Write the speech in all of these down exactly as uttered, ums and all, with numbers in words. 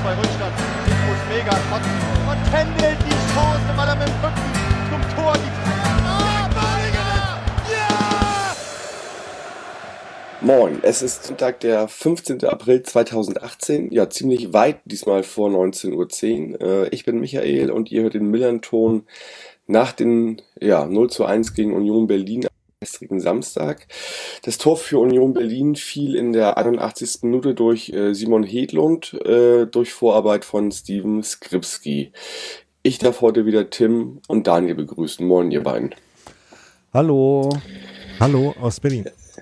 bei Rückstand. Petrus mega trotz und pendelt die Chance, weil er mit dem Rücken zum Tor die Moin, es ist Sonntag, der fünfzehnten April zweitausendachtzehn, ja ziemlich weit diesmal vor neunzehn Uhr zehn. Äh, ich bin Michael und ihr hört den Millern-Ton nach den ja, null zu eins gegen Union Berlin am gestrigen Samstag. Das Tor für Union Berlin fiel in der einundachtzigsten Minute durch äh, Simon Hedlund, äh, durch Vorarbeit von Steven Skripski. Ich darf heute wieder Tim und Daniel begrüßen. Moin, ihr beiden. Hallo. Hallo aus Berlin.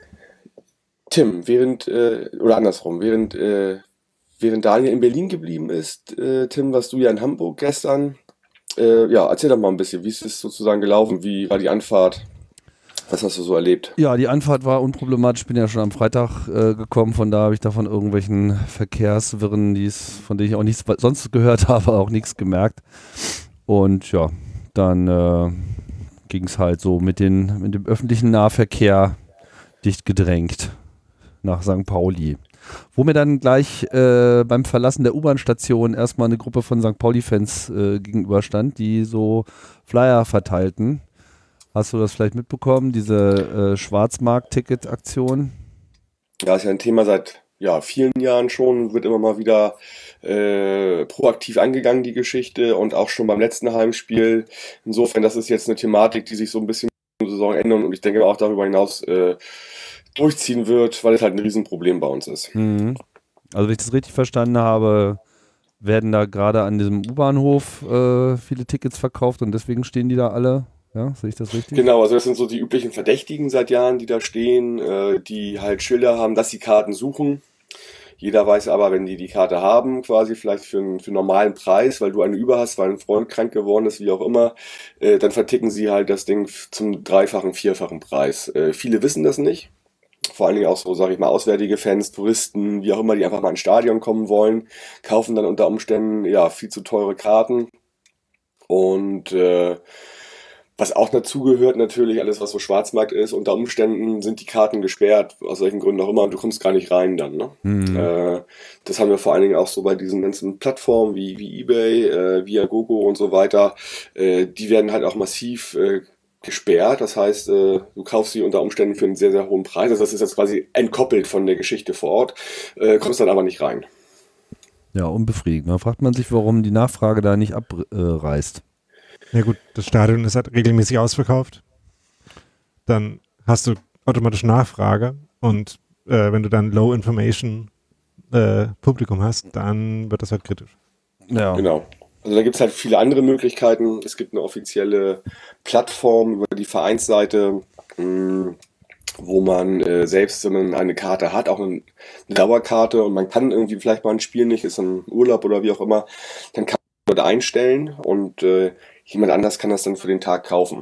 Tim, während, äh, oder andersrum, während, äh, während Daniel in Berlin geblieben ist, äh, Tim, warst du ja in Hamburg gestern. Äh, ja, erzähl doch mal ein bisschen, wie ist es sozusagen gelaufen? Wie war die Anfahrt? Was hast du so erlebt? Ja, die Anfahrt war unproblematisch. Ich bin ja schon am Freitag äh, gekommen, von da habe ich da von irgendwelchen Verkehrswirren, die's, von denen ich auch nichts sonst gehört habe, auch nichts gemerkt. Und ja, dann äh, ging es halt so mit, den, mit dem öffentlichen Nahverkehr dicht gedrängt nach Sankt Pauli. Wo mir dann gleich äh, beim Verlassen der U-Bahn-Station erstmal eine Gruppe von Sankt Pauli-Fans äh, gegenüberstand, die so Flyer verteilten. Hast du das vielleicht mitbekommen, diese äh, Schwarzmarkt-Ticket-Aktion? Ja, ist ja ein Thema seit ja, vielen Jahren schon, wird immer mal wieder äh, proaktiv angegangen, die Geschichte, und auch schon beim letzten Heimspiel. Insofern, das ist jetzt eine Thematik, die sich so ein bisschen im Saisonende und ich denke auch darüber hinaus äh, durchziehen wird, weil es halt ein Riesenproblem bei uns ist. Mhm. Also wenn ich das richtig verstanden habe, werden da gerade an diesem U-Bahnhof äh, viele Tickets verkauft und deswegen stehen die da alle. Ja, sehe ich das richtig? Genau, also das sind so die üblichen Verdächtigen seit Jahren, die da stehen, äh, die halt Schilder haben, dass sie Karten suchen. Jeder weiß aber, wenn die die Karte haben, quasi vielleicht für einen, für einen normalen Preis, weil du eine über hast, weil ein Freund krank geworden ist, wie auch immer, äh, dann verticken sie halt das Ding zum dreifachen, vierfachen Preis. Äh, viele wissen das nicht. Vor allen Dingen auch so, sage ich mal, auswärtige Fans, Touristen, wie auch immer, die einfach mal ins Stadion kommen wollen, kaufen dann unter Umständen ja viel zu teure Karten. Und äh, was auch dazu gehört natürlich, alles was so Schwarzmarkt ist, unter Umständen sind die Karten gesperrt, aus welchen Gründen auch immer, und du kommst gar nicht rein dann. Ne? Mhm. Äh, das haben wir vor allen Dingen auch so bei diesen ganzen Plattformen wie, wie eBay, äh, Viagogo und so weiter. Äh, die werden halt auch massiv äh, gesperrt, das heißt, äh, du kaufst sie unter Umständen für einen sehr, sehr hohen Preis, also das ist jetzt quasi entkoppelt von der Geschichte vor Ort, äh, kommst dann aber nicht rein. Ja, unbefriedigend. Da fragt man sich, warum die Nachfrage da nicht abreißt. Ja gut, das Stadion ist halt regelmäßig ausverkauft, dann hast du automatisch Nachfrage und äh, wenn du dann Low-Information äh, Publikum hast, dann wird das halt kritisch. Ja. Genau. Also da gibt es halt viele andere Möglichkeiten. Es gibt eine offizielle Plattform über die Vereinsseite, mh, wo man äh, selbst, wenn man eine Karte hat, auch eine, eine Dauerkarte, und man kann irgendwie vielleicht mal ein Spiel nicht, ist ein Urlaub oder wie auch immer, dann kann man dort einstellen und äh, jemand anders kann das dann für den Tag kaufen.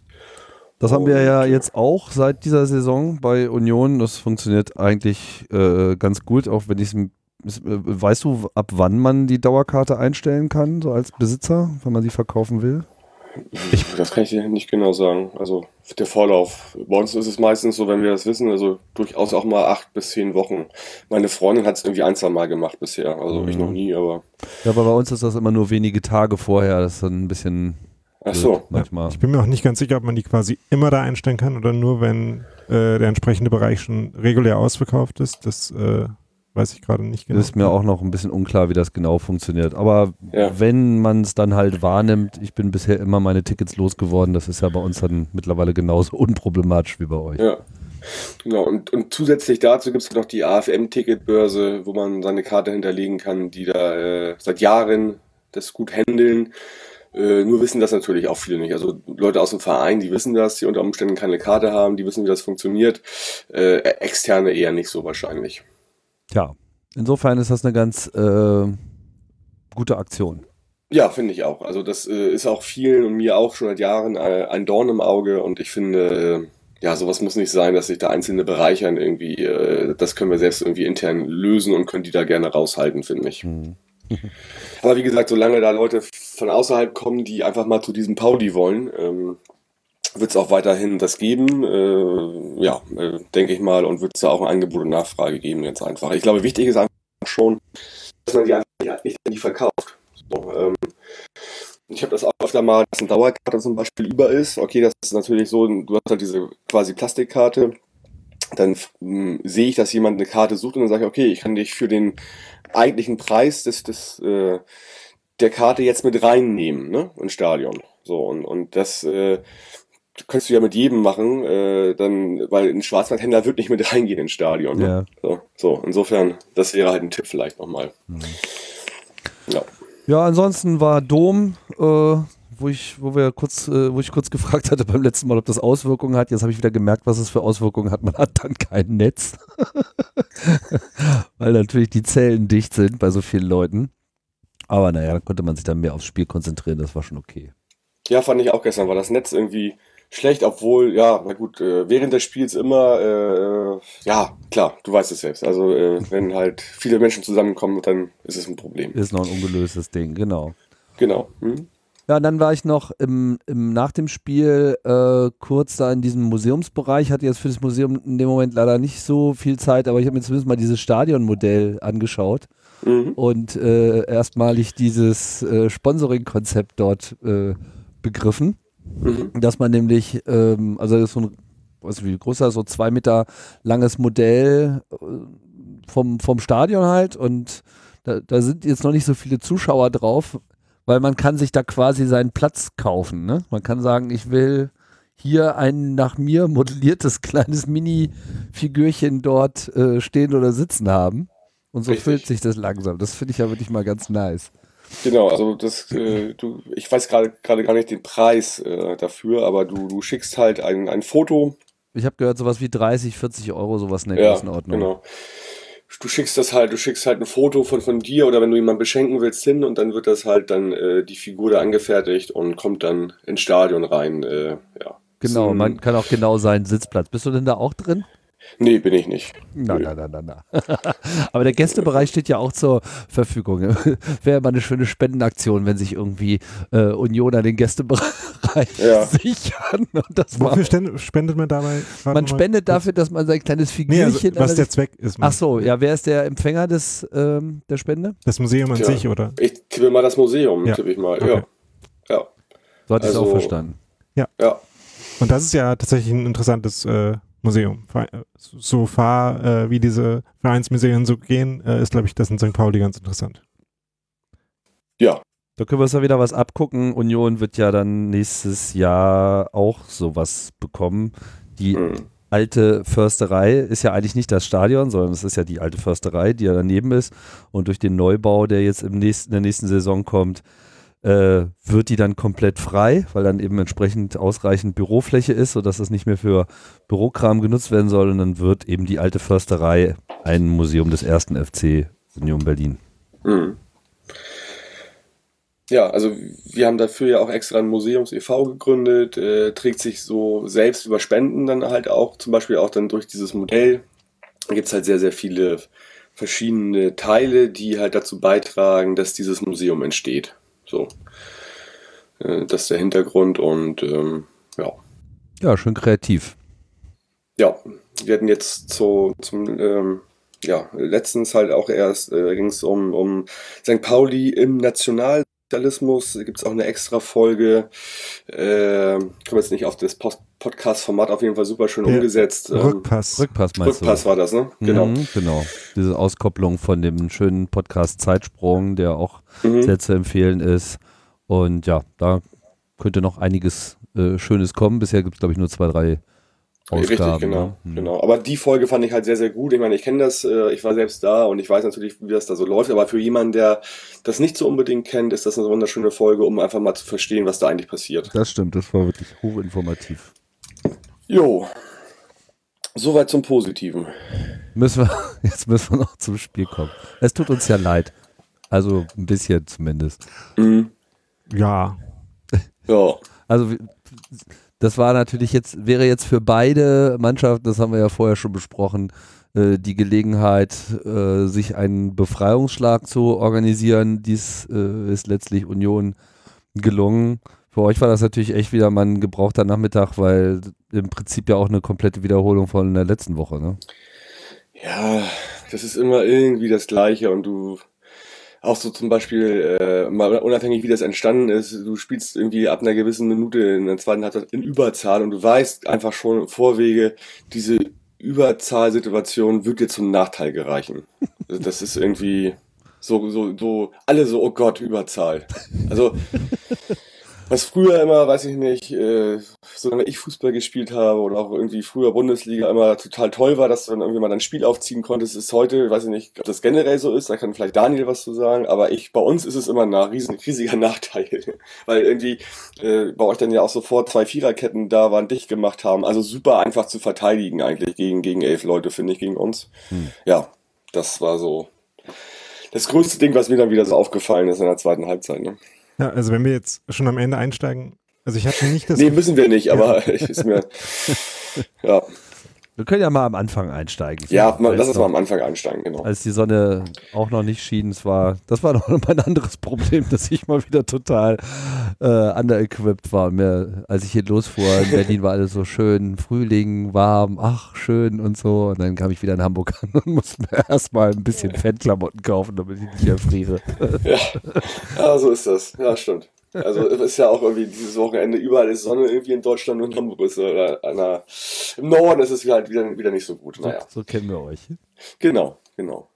Das haben wir ja jetzt auch seit dieser Saison bei Union. Das funktioniert eigentlich äh, ganz gut, auch wenn ich es. Weißt du, ab wann man die Dauerkarte einstellen kann, so als Besitzer, wenn man sie verkaufen will? Ich, das kann ich dir nicht genau sagen. Also der Vorlauf. Bei uns ist es meistens so, wenn wir das wissen, also durchaus auch mal acht bis zehn Wochen. Meine Freundin hat es irgendwie ein, zwei Mal gemacht bisher. Also mhm. ich noch nie, aber. Ja, aber bei uns ist das immer nur wenige Tage vorher. Das ist dann ein bisschen. Ach so. Manchmal. Ich bin mir auch nicht ganz sicher, ob man die quasi immer da einstellen kann oder nur, wenn äh, der entsprechende Bereich schon regulär ausverkauft ist. Das äh, weiß ich gerade nicht genau. Das ist mir auch noch ein bisschen unklar, wie das genau funktioniert. Aber ja, wenn man es dann halt wahrnimmt, ich bin bisher immer meine Tickets losgeworden, das ist ja bei uns dann mittlerweile genauso unproblematisch wie bei euch. Ja, genau. Und, und zusätzlich dazu gibt es noch die A F M-Ticketbörse, wo man seine Karte hinterlegen kann, die da äh, seit Jahren das gut handeln. Äh, nur wissen das natürlich auch viele nicht. Also Leute aus dem Verein, die wissen das, die unter Umständen keine Karte haben, die wissen, wie das funktioniert. Äh, Externe eher nicht so wahrscheinlich. Ja, insofern ist das eine ganz äh, gute Aktion. Ja, finde ich auch. Also das äh, ist auch vielen und mir auch schon seit Jahren äh, ein Dorn im Auge, und ich finde, äh, ja, sowas muss nicht sein, dass sich da einzelne bereichern irgendwie. Äh, das können wir selbst irgendwie intern lösen und können die da gerne raushalten, finde ich. Mhm. Aber wie gesagt, solange da Leute von außerhalb kommen, die einfach mal zu diesem Pauli wollen, ähm, wird es auch weiterhin das geben, äh, ja, äh, denke ich mal, und wird es da auch ein Angebot und Nachfrage geben, ganz einfach. Ich glaube, wichtig ist einfach, schon, dass man die einfach nicht, nicht verkauft. So, ähm, ich habe das auch öfter mal, dass eine Dauerkarte zum Beispiel über ist. Okay, das ist natürlich so, du hast halt diese quasi Plastikkarte. Dann mh, sehe ich, dass jemand eine Karte sucht und dann sage ich, okay, ich kann dich für den eigentlichen Preis des, des, äh, der Karte jetzt mit reinnehmen, ne, ins Stadion. So, und, und das äh, kannst du ja mit jedem machen, äh, dann, weil ein Schwarzmarkthändler wird nicht mit reingehen ins Stadion. Ne? Ja. So, so, insofern, das wäre halt ein Tipp vielleicht nochmal. Mhm. Ja. Ja, ansonsten war Dom, äh, wo ich, wo wir kurz, äh, wo ich kurz gefragt hatte beim letzten Mal, ob das Auswirkungen hat. Jetzt habe ich wieder gemerkt, was es für Auswirkungen hat. Man hat dann kein Netz, weil natürlich die Zellen dicht sind bei so vielen Leuten. Aber naja, dann konnte man sich dann mehr aufs Spiel konzentrieren. Das war schon okay. Ja, fand ich auch gestern, war das Netz irgendwie schlecht, obwohl, ja, na gut, äh, während des Spiels immer, äh, ja, klar, du weißt es selbst. Also, äh, wenn halt viele Menschen zusammenkommen, dann ist es ein Problem. Ist noch ein ungelöstes Ding, genau. Genau. Hm? Ja, und dann war ich noch im, im, nach dem Spiel äh, kurz da in diesem Museumsbereich. Hatte jetzt für das Museum in dem Moment leider nicht so viel Zeit, aber ich habe mir zumindest mal dieses Stadionmodell angeschaut Mhm. und äh, erstmalig dieses äh, Sponsoring-Konzept dort äh, begriffen, Mhm. dass man nämlich, ähm, also das ist so ein, weiß nicht wie groß das ist, so zwei Meter langes Modell äh, vom, vom Stadion halt und da, da sind jetzt noch nicht so viele Zuschauer drauf, weil man kann sich da quasi seinen Platz kaufen. Ne? Man kann sagen, ich will hier ein nach mir modelliertes kleines Mini-Figürchen dort äh, stehen oder sitzen haben. Und so Richtig. füllt sich das langsam. Das finde ich ja wirklich mal ganz nice. Genau, also das, äh, du, ich weiß gerade gerade gar nicht den Preis äh, dafür, aber du, du schickst halt ein, ein Foto. Ich habe gehört, sowas wie dreißig, vierzig Euro, sowas in der Ja, Größenordnung. genau. Du schickst das halt, du schickst halt ein Foto von, von dir oder wenn du jemanden beschenken willst hin und dann wird das halt dann äh, die Figur da angefertigt und kommt dann ins Stadion rein. Äh, ja. Genau, Ist ein- man kann auch genau seinen Sitzplatz. Bist du denn da auch drin? Nee, bin ich nicht. Na, na, na, na, na. Aber der Gästebereich steht ja auch zur Verfügung. Wäre mal eine schöne Spendenaktion, wenn sich irgendwie äh, Unioner den Gästebereich Ja. sichern. Und das Wofür machen. sten- spendet man dabei? Warte Man mal. spendet dafür, dass man sein kleines Nee, also, Figürchen. was an der Zweck ist. Ach so, ja, wer ist der Empfänger des, ähm, der Spende? Das Museum an Ja. sich, oder? Ich tippe mal das Museum, Ja. tippe ich mal. Okay. Ja. Ja. So hatte ich es Also- auch verstanden. Ja. Und das ist ja tatsächlich ein interessantes äh, Museum. Ver- äh, So far, äh, wie diese Vereinsmuseen so gehen, äh, ist, glaube ich, das in Sankt Pauli ganz interessant. Ja. Da können wir uns ja wieder was abgucken. Union wird ja dann nächstes Jahr auch sowas bekommen. Die Hm. alte Försterei ist ja eigentlich nicht das Stadion, sondern es ist ja die alte Försterei, die ja daneben ist. Und durch den Neubau, der jetzt im nächsten, in der nächsten Saison kommt, äh, wird die dann komplett frei, weil dann eben entsprechend ausreichend Bürofläche ist, sodass es nicht mehr für Bürokram genutzt werden soll. Und dann wird eben die alte Försterei ein Museum des ersten F C Union Berlin. Hm. Ja, also wir haben dafür ja auch extra ein Museums e V gegründet, äh, trägt sich so selbst über Spenden dann halt auch, zum Beispiel auch dann durch dieses Modell. Da gibt es halt sehr, sehr viele verschiedene Teile, die halt dazu beitragen, dass dieses Museum entsteht. So, äh, das ist der Hintergrund und ähm, ja. Ja, schön kreativ. Ja, wir hatten jetzt so zum, ähm, ja, letztens halt auch erst äh, ging es um, um Sankt Pauli im Nationalsozialismus. Da gibt es auch eine extra Folge. Äh, kommen jetzt nicht auf das Post- Podcast-Format, auf jeden Fall super schön Der umgesetzt. Ähm, Rückpass. Rückpass meinst Rückpass war das, ne? du? Genau. Mhm, genau. Diese Auskopplung von dem schönen Podcast Zeitsprung, der auch Mhm. sehr zu empfehlen ist. Und ja, da könnte noch einiges äh, Schönes kommen. Bisher gibt es, glaube ich, nur zwei, drei Ausgaben. Richtig, genau, ne? Mhm. genau. Aber die Folge fand ich halt sehr, sehr gut. Ich meine, ich kenne das, äh, ich war selbst da und ich weiß natürlich, wie das da so läuft. Aber für jemanden, der das nicht so unbedingt kennt, ist das eine wunderschöne Folge, um einfach mal zu verstehen, was da eigentlich passiert. Das stimmt, das war wirklich hochinformativ. Jo, soweit zum Positiven. Müssen wir, jetzt müssen wir noch zum Spiel kommen. Es tut uns ja leid. Also ein bisschen zumindest. Mhm. Ja. Ja, Also w- das war natürlich jetzt, wäre jetzt für beide Mannschaften, das haben wir ja vorher schon besprochen, äh, die Gelegenheit, äh, sich einen Befreiungsschlag zu organisieren. Dies äh, ist letztlich Union gelungen. Für euch war das natürlich echt wieder mal ein gebrauchter Nachmittag, weil im Prinzip ja auch eine komplette Wiederholung von der letzten Woche, ne? ja, das ist immer irgendwie das Gleiche und du, auch so zum Beispiel, äh, mal unabhängig wie das entstanden ist, du spielst irgendwie ab einer gewissen Minute in der zweiten Halbzeit in Überzahl und du weißt einfach schon im Vorwege, diese Überzahlsituation wird dir zum Nachteil gereichen. Also das ist irgendwie so, so, so, alle so, oh Gott, Überzahl. Also, was früher immer, weiß ich nicht, äh, solange ich Fußball gespielt habe oder auch irgendwie früher Bundesliga immer total toll war, dass du dann irgendwie mal dein Spiel aufziehen konntest, ist heute, weiß ich nicht, ob das generell so ist, da kann vielleicht Daniel was zu sagen, aber ich, bei uns ist es immer ein riesen, riesiger Nachteil, weil irgendwie äh, bei euch dann ja auch sofort zwei Viererketten da waren, dicht gemacht haben, also super einfach zu verteidigen eigentlich gegen, gegen elf Leute, finde ich, gegen uns. Hm. Ja, das war so das größte Ding, was mir dann wieder so aufgefallen ist in der zweiten Halbzeit, ne? Ja, also wenn wir jetzt schon am Ende einsteigen, also ich hatte nicht das... Nee, müssen wir nicht, aber ja. ich ist mir... Ja. Wir können ja mal am Anfang einsteigen. Ja, mal, lass uns mal am Anfang einsteigen, genau. Als die Sonne auch noch nicht schien, es war, das war noch mein anderes Problem, dass ich mal wieder total äh, under-equipped war. Mir, als ich hier losfuhr, in Berlin war alles so schön, Frühling, warm, ach, schön und so. Und dann kam ich wieder in Hamburg an und musste mir erstmal ein bisschen Fanklamotten kaufen, damit ich nicht erfriere. Ja. Ja, so ist das. Ja, stimmt. Also es ist ja auch irgendwie dieses Wochenende, überall ist Sonne irgendwie in Deutschland und in Hamburg ist oder einer, im Norden ist es halt wieder, wieder nicht so gut. Naja. So, so kennen wir euch. Genau, genau.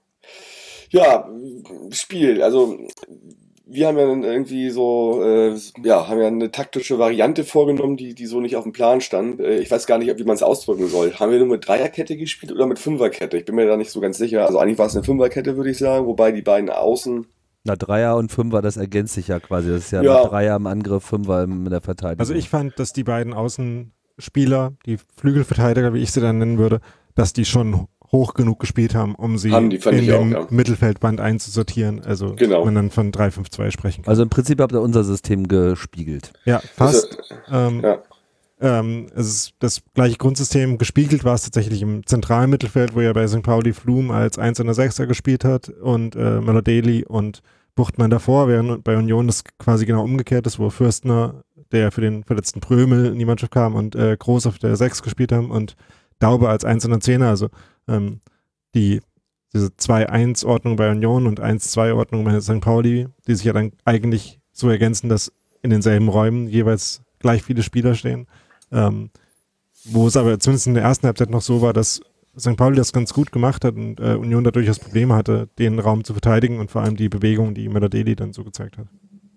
Ja, Spiel, also wir haben ja dann irgendwie so, äh, ja, haben ja eine taktische Variante vorgenommen, die, die so nicht auf dem Plan stand. Äh, ich weiß gar nicht, wie man es ausdrücken soll. Haben wir nur mit Dreierkette gespielt oder mit Fünferkette? Ich bin mir da nicht so ganz sicher. Also eigentlich war es eine Fünferkette, würde ich sagen, wobei die beiden Außen... Na, Dreier und Fünfer, das ergänzt sich ja quasi. Das ist ja, ja. Dreier im Angriff, Fünfer in der Verteidigung. Also ich fand, dass die beiden Außenspieler, die Flügelverteidiger, wie ich sie dann nennen würde, dass die schon hoch genug gespielt haben, um sie haben die, in dem auch, ja. Mittelfeldband einzusortieren. Also genau. man dann von drei fünf zwei sprechen kann. Also im Prinzip habt ihr unser System gespiegelt. Ja, fast. Also, ähm, ja. Ähm, es ist das gleiche Grundsystem. Gespiegelt war es tatsächlich im zentralen Mittelfeld, wo ja bei Sankt Pauli Flum als eins und sechser gespielt hat und äh, Melodeli und Buchtmann davor, während bei Union das quasi genau umgekehrt ist, wo Fürstner, der für den verletzten Prömel in die Mannschaft kam und äh, Groß auf der sechs gespielt haben und Daube als eins und zehner, also ähm, die diese zwei eins Ordnung bei Union und eins zwei Ordnung bei Sankt Pauli, die sich ja dann eigentlich so ergänzen, dass in denselben Räumen jeweils gleich viele Spieler stehen. Ähm, wo es aber zumindest in der ersten Halbzeit noch so war, dass Sankt Pauli das ganz gut gemacht hat und äh, Union da durchaus Probleme hatte, den Raum zu verteidigen und vor allem die Bewegung, die Melodeli dann so gezeigt hat.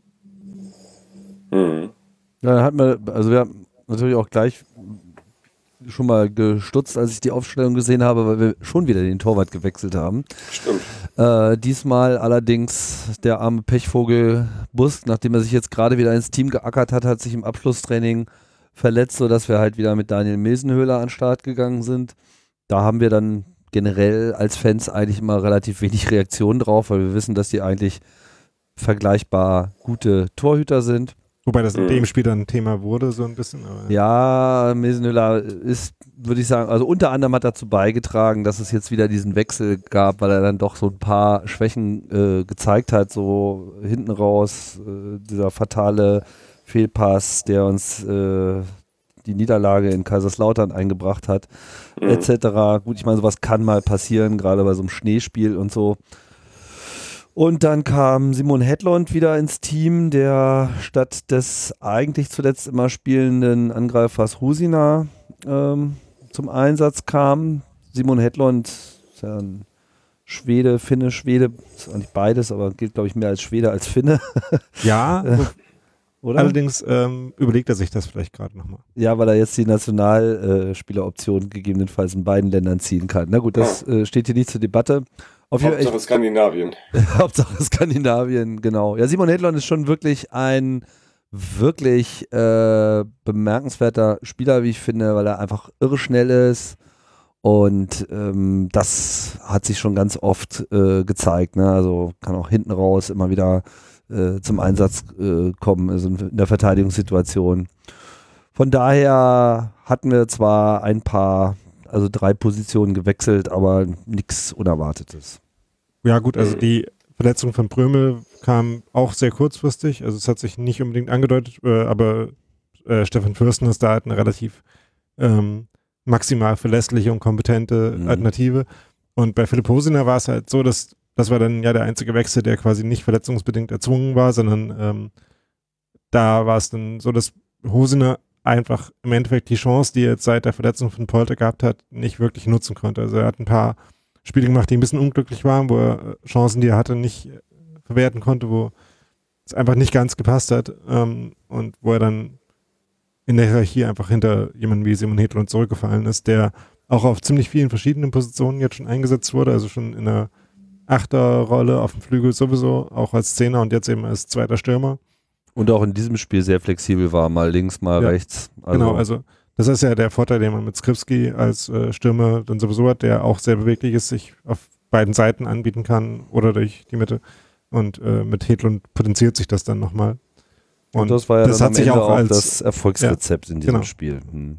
Mhm. Ja, dann hat man, also wir haben natürlich auch gleich schon mal gestutzt, als ich die Aufstellung gesehen habe, weil wir schon wieder den Torwart gewechselt haben. Stimmt. Äh, diesmal allerdings der arme Pechvogel Busk, nachdem er sich jetzt gerade wieder ins Team geackert hat, hat sich im Abschlusstraining verletzt, sodass wir halt wieder mit Daniel Mesenhöhler an den Start gegangen sind. Da haben wir dann generell als Fans eigentlich immer relativ wenig Reaktionen drauf, weil wir wissen, dass die eigentlich vergleichbar gute Torhüter sind. Wobei das in Mhm. dem Spiel dann ein Thema wurde, so ein bisschen. Aber Ja, Mesenhöhler ist, würde ich sagen, also unter anderem hat dazu beigetragen, dass es jetzt wieder diesen Wechsel gab, weil er dann doch so ein paar Schwächen äh, gezeigt hat, so hinten raus, äh, dieser fatale Fehlpass, der uns äh, die Niederlage in Kaiserslautern eingebracht hat, Mhm. et cetera. Gut, ich meine, sowas kann mal passieren, gerade bei so einem Schneespiel und so. Und dann kam Simon Hedlund wieder ins Team, der statt des eigentlich zuletzt immer spielenden Angreifers Husina ähm, zum Einsatz kam. Simon Hedlund ist ja ein Schwede, Finne, Schwede, ist eigentlich beides, aber gilt, glaube ich, mehr als Schwede als Finne. ja, Oder? allerdings ähm, überlegt er sich das vielleicht gerade nochmal. Ja, weil er jetzt die Nationalspieleroption gegebenenfalls in beiden Ländern ziehen kann. Na gut, das äh, steht hier nicht zur Debatte. Auf jeden Fall Hauptsache Skandinavien. Hauptsache Skandinavien, genau. Ja, Simon Hedlund ist schon wirklich ein wirklich äh, bemerkenswerter Spieler, wie ich finde, weil er einfach irre schnell ist und ähm, das hat sich schon ganz oft äh, gezeigt. Ne? Also kann auch hinten raus immer wieder äh, zum Einsatz äh, kommen, also in der Verteidigungssituation. Von daher hatten wir zwar ein paar, also drei Positionen gewechselt, aber nichts Unerwartetes. Ja gut, also die Verletzung von Prömel kam auch sehr kurzfristig, also es hat sich nicht unbedingt angedeutet, äh, aber äh, Stefan Fürsten ist da halt eine relativ ähm, maximal verlässliche und kompetente Mhm. Alternative. Und bei Philipp Hosiner war es halt so, dass das war dann ja der einzige Wechsel, der quasi nicht verletzungsbedingt erzwungen war, sondern ähm, da war es dann so, dass Hosiner einfach im Endeffekt die Chance, die er jetzt seit der Verletzung von Polter gehabt hat, nicht wirklich nutzen konnte. Also er hat ein paar Spiele gemacht, die ein bisschen unglücklich waren, wo er Chancen, die er hatte, nicht verwerten konnte, wo es einfach nicht ganz gepasst hat ähm, und wo er dann in der Hierarchie einfach hinter jemandem wie Simon Hedlund zurückgefallen ist, der auch auf ziemlich vielen verschiedenen Positionen jetzt schon eingesetzt wurde, also schon in der Achterrolle auf dem Flügel sowieso, auch als Zehner und jetzt eben als zweiter Stürmer. Und auch in diesem Spiel sehr flexibel war, mal links, mal Ja, rechts. Also genau, also das ist ja der Vorteil, den man mit Skripski als äh, Stürmer dann sowieso hat, der auch sehr beweglich ist, sich auf beiden Seiten anbieten kann oder durch die Mitte. Und äh, mit Hedlund potenziert sich das dann nochmal. Und, und das war ja das dann hat am sich Ende auch auch als, das Erfolgsrezept ja, in diesem genau. Spiel. Hm.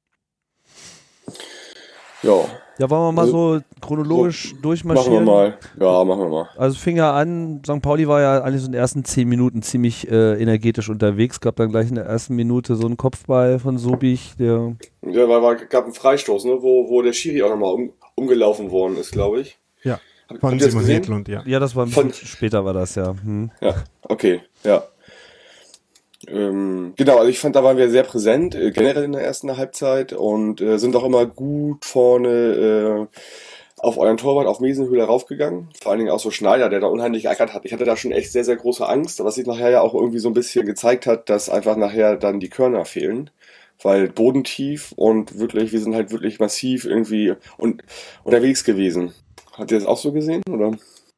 Ja. Ja, wollen wir mal Also, so chronologisch so, durchmarschieren? Machen wir mal. Ja, machen wir mal. Also es fing ja an, Sankt Pauli war ja eigentlich so in den ersten zehn Minuten ziemlich äh, energetisch unterwegs, gab dann gleich in der ersten Minute so einen Kopfball von Sobich, der... Ja, weil war, gab einen Freistoß, ne, wo, wo der Schiri auch nochmal um, umgelaufen worden ist, glaube ich. Ja, Hab- von habt ihr das Simon gesehen? Hedlund, ja. Ja, das war ein bisschen Von- später war das, ja. Hm. Ja, okay, ja. Ähm, genau, also ich fand, da waren wir sehr präsent, äh, generell in der ersten Halbzeit und äh, sind auch immer gut vorne äh, auf euren Torwart, auf Mesenhöhler raufgegangen. Vor allen Dingen auch so Schneider, der da unheimlich geackert hat. Ich hatte da schon echt sehr, sehr große Angst, was sich nachher ja auch irgendwie so ein bisschen gezeigt hat, dass einfach nachher dann die Körner fehlen. Weil bodentief und wirklich, wir sind halt wirklich massiv irgendwie und, unterwegs gewesen. Habt ihr das auch so gesehen, oder?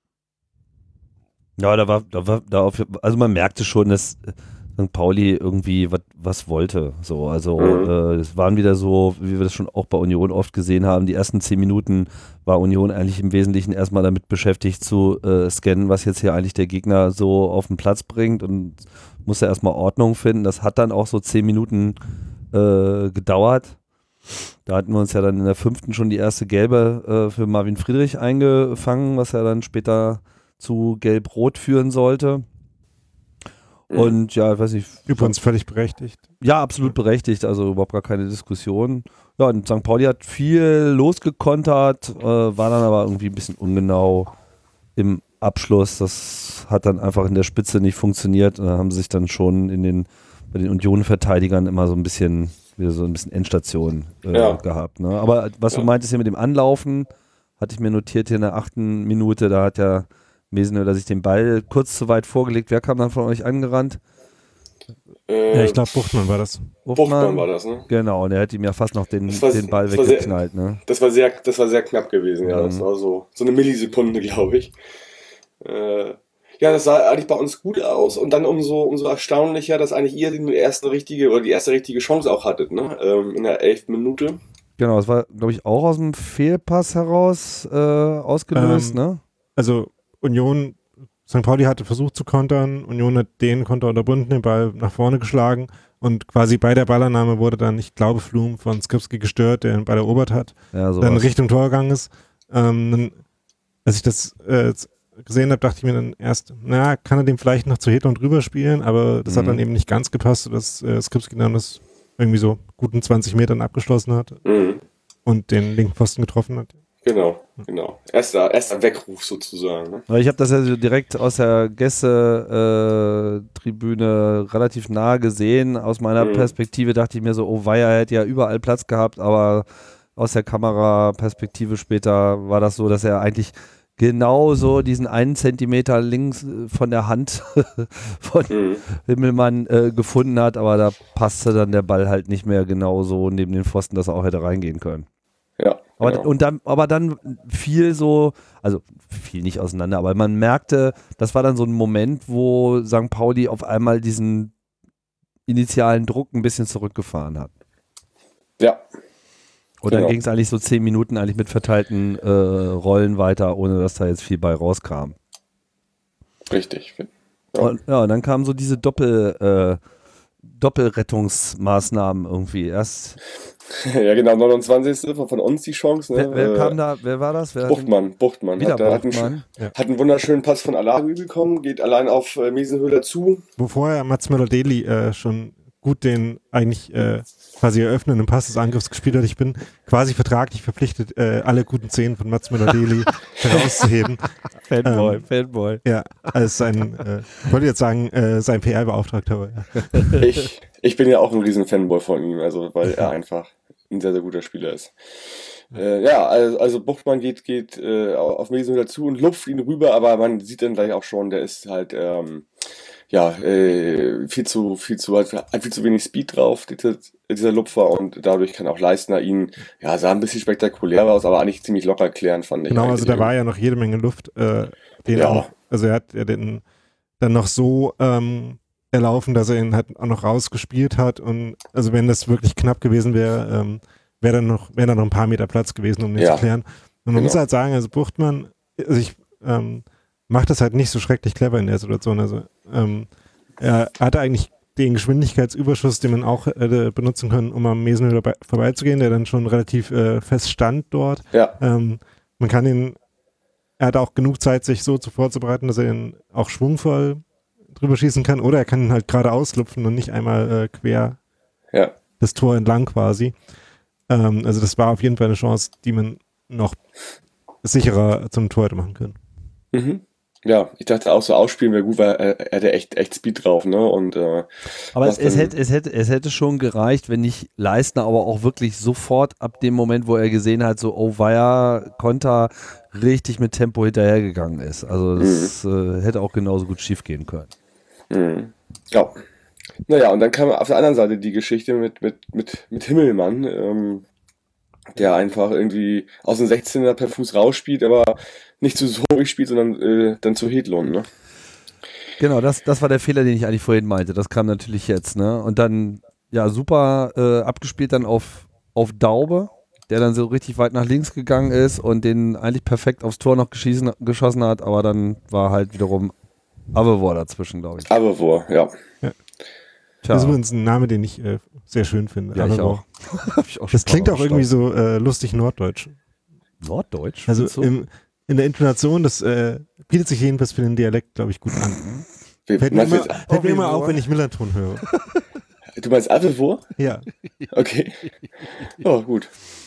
Ja, da war, da war, da auf, also man merkte schon, dass Sankt Pauli irgendwie wat, was wollte. So, also Mhm. äh, es waren wieder so, wie wir das schon auch bei Union oft gesehen haben, die ersten zehn Minuten war Union eigentlich im Wesentlichen erstmal damit beschäftigt zu äh, scannen, was jetzt hier eigentlich der Gegner so auf den Platz bringt und musste erstmal Ordnung finden. Das hat dann auch so zehn Minuten äh, gedauert. Da hatten wir uns ja dann in der fünften schon die erste gelbe äh, für Marvin Friedrich eingefangen, was ja dann später zu Gelb-Rot führen sollte. Und ja, ich weiß nicht. Übrigens völlig berechtigt. Ja, absolut berechtigt, also überhaupt gar keine Diskussion. Ja, und Sankt Pauli hat viel losgekontert, äh, war dann aber irgendwie ein bisschen ungenau im Abschluss. Das hat dann einfach in der Spitze nicht funktioniert. Und dann haben sie sich dann schon in den, bei den Union-Verteidigern immer so ein bisschen, wieder so ein bisschen Endstation äh, Ja. gehabt. Ne? Aber was Ja. du meintest hier mit dem Anlaufen, hatte ich mir notiert hier in der achten Minute, da hat ja Mesenhöhler sich den Ball kurz zu weit vorgelegt. Wer kam dann von euch angerannt? Äh, Ja, ich glaube, Buchtmann war das. Buchtmann war das, ne? Genau, und er hat ihm ja fast noch den, Das war- den Ball das war sehr- weggeknallt. Ne? Das war sehr, das war sehr knapp gewesen, ja. Das Mhm. war so, so eine Millisekunde, glaube ich. Äh, ja, das sah eigentlich bei uns gut aus und dann umso, umso erstaunlicher, dass eigentlich ihr die erste richtige oder die erste richtige Chance auch hattet, ne? Ähm, in der elften Minute. Genau, das war, glaube ich, auch aus dem Fehlpass heraus äh, ausgelöst. Ähm, Ne? Also Union, Sankt Pauli hatte versucht zu kontern, Union hat den Konter unterbunden, den Ball nach vorne geschlagen und quasi bei der Ballannahme wurde dann, ich glaube, Flum von Skripski gestört, der den Ball erobert hat, Ja, so dann Richtung Tor gegangen ist. Ähm, dann, als ich das äh, gesehen habe, dachte ich mir dann erst, na, kann er den vielleicht noch zu Hedlund rüber spielen, aber das hat Mhm. dann eben nicht ganz gepasst, sodass äh, Skripski dann das irgendwie so guten zwanzig Metern abgeschlossen hat Mhm. und und den linken Pfosten getroffen hat. Genau, genau. Erster, erster Weckruf sozusagen, ne? Weil ich habe das ja so direkt aus der Gäste-Tribüne relativ nah gesehen. Aus meiner Mhm. Perspektive dachte ich mir so, oh weia, er hätte ja überall Platz gehabt, aber aus der Kameraperspektive später war das so, dass er eigentlich genau so diesen einen Zentimeter links äh, von der Hand von Mhm. Himmelmann äh, gefunden hat, aber da passte dann der Ball halt nicht mehr genau so neben den Pfosten, dass er auch hätte reingehen können. Ja, Aber, genau. und dann, aber dann fiel so, also fiel nicht auseinander, aber man merkte, das war dann so ein Moment, wo Sankt Pauli auf einmal diesen initialen Druck ein bisschen zurückgefahren hat. Ja, Und dann Genau. ging es eigentlich so zehn Minuten eigentlich mit verteilten äh, Rollen weiter, ohne dass da jetzt viel bei rauskam. richtig. Ja. Und, ja, und dann kamen so diese Doppel, äh, Doppelrettungsmaßnahmen irgendwie. Erst, Ja, genau, neunundzwanzigste von, von uns die Chance, ne? wer, wer Äh, kam da, wer war das? Wer hat den- Buchtmann, Buchtmann. Wieder Hat, da- hat, einen, Buchtmann. hat einen wunderschönen Pass von Alario bekommen, geht allein auf äh, Mesenhöhler zu. Wo vorher Mats Möller-Deli äh, schon gut den eigentlich äh, quasi eröffnenden Pass des Angriffs gespielt hat. Ich bin quasi vertraglich verpflichtet, äh, alle guten Szenen von Mats Möller-Deli herauszuheben. Fanboy, ähm, Fanboy. Ja, als sein, äh, ich wollte jetzt sagen, äh, sein P R-Beauftragter. Aber, ja. Ich, ich bin ja auch ein riesen Fanboy von ihm, also weil er einfach ein sehr, sehr guter Spieler ist. Äh, ja, also, also Buchtmann geht, geht äh, auf Mesenhöhler zu und lupft ihn rüber, aber man sieht dann gleich auch schon, der ist halt ähm, ja äh, viel zu viel zu hat viel zu wenig Speed drauf, dieser, dieser Lupfer, und dadurch kann auch Leistner ihn, ja, sah ein bisschen spektakulär aus, aber eigentlich ziemlich locker klären, fand ich. Genau, also da war ja noch jede Menge Luft, äh, den Ja. auch, also er hat ja den dann noch so ähm, erlaufen, dass er ihn halt auch noch rausgespielt hat, und also wenn das wirklich knapp gewesen wäre, ähm, wäre dann noch, wäre dann noch ein paar Meter Platz gewesen, um den Ja. zu klären. Und man Genau. muss halt sagen, also Buchtmann, also ich ähm, macht das halt nicht so schrecklich clever in der Situation. Also ähm, er hatte eigentlich den Geschwindigkeitsüberschuss, den man auch hätte benutzen können, um am Mesenhöhler bei- vorbeizugehen, der dann schon relativ äh, fest stand dort. Ja, Ähm, man kann ihn, er hat auch genug Zeit, sich so zu vorzubereiten, dass er ihn auch schwungvoll drüber schießen kann, oder er kann ihn halt gerade auslupfen und nicht einmal äh, quer ja. das Tor entlang quasi. Ähm, also das war auf jeden Fall eine Chance, die man noch sicherer zum Tor hätte machen können. Mhm. Ja, ich dachte auch so ausspielen wäre gut, weil er, er hatte echt, echt Speed drauf, ne? Und äh, Aber es, was es, dann- hätte, es, hätte, es hätte schon gereicht, wenn nicht Leistner aber auch wirklich sofort ab dem Moment, wo er gesehen hat, so, oh weia, Konter richtig mit Tempo hinterhergegangen ist. Also das äh, hätte auch genauso gut schief gehen können. Mhm. Ja. Naja, und dann kam auf der anderen Seite die Geschichte mit, mit, mit, mit Himmelmann, ähm, der einfach irgendwie aus dem sechzehner per Fuß rausspielt, aber nicht zu Sori spielt, sondern äh, dann zu Hedlund, ne? Genau, das, das war der Fehler, den ich eigentlich vorhin meinte. Das kam natürlich jetzt, ne? Und dann, ja, super äh, abgespielt dann auf, auf Daube, der dann so richtig weit nach links gegangen ist und den eigentlich perfekt aufs Tor noch geschießen, geschossen hat, aber dann war halt wiederum Avevor dazwischen, glaube ich. Aber wo, ja. Tja, Das ist übrigens ein Name, den ich äh, sehr schön finde. ja, ich Aber auch. Hab ich auch Das schon klingt mal auch irgendwie gestaunt. so äh, lustig norddeutsch. Norddeutsch? Also so? im, in der Intonation, das äh, bietet sich jedenfalls für den Dialekt, glaube ich, gut an. Wie, Fällt mir meinst du, immer, jetzt, fällt mir immer Avevor? auf, wenn ich Millerton höre. du meinst Avevor? Ja. Okay. Oh, gut.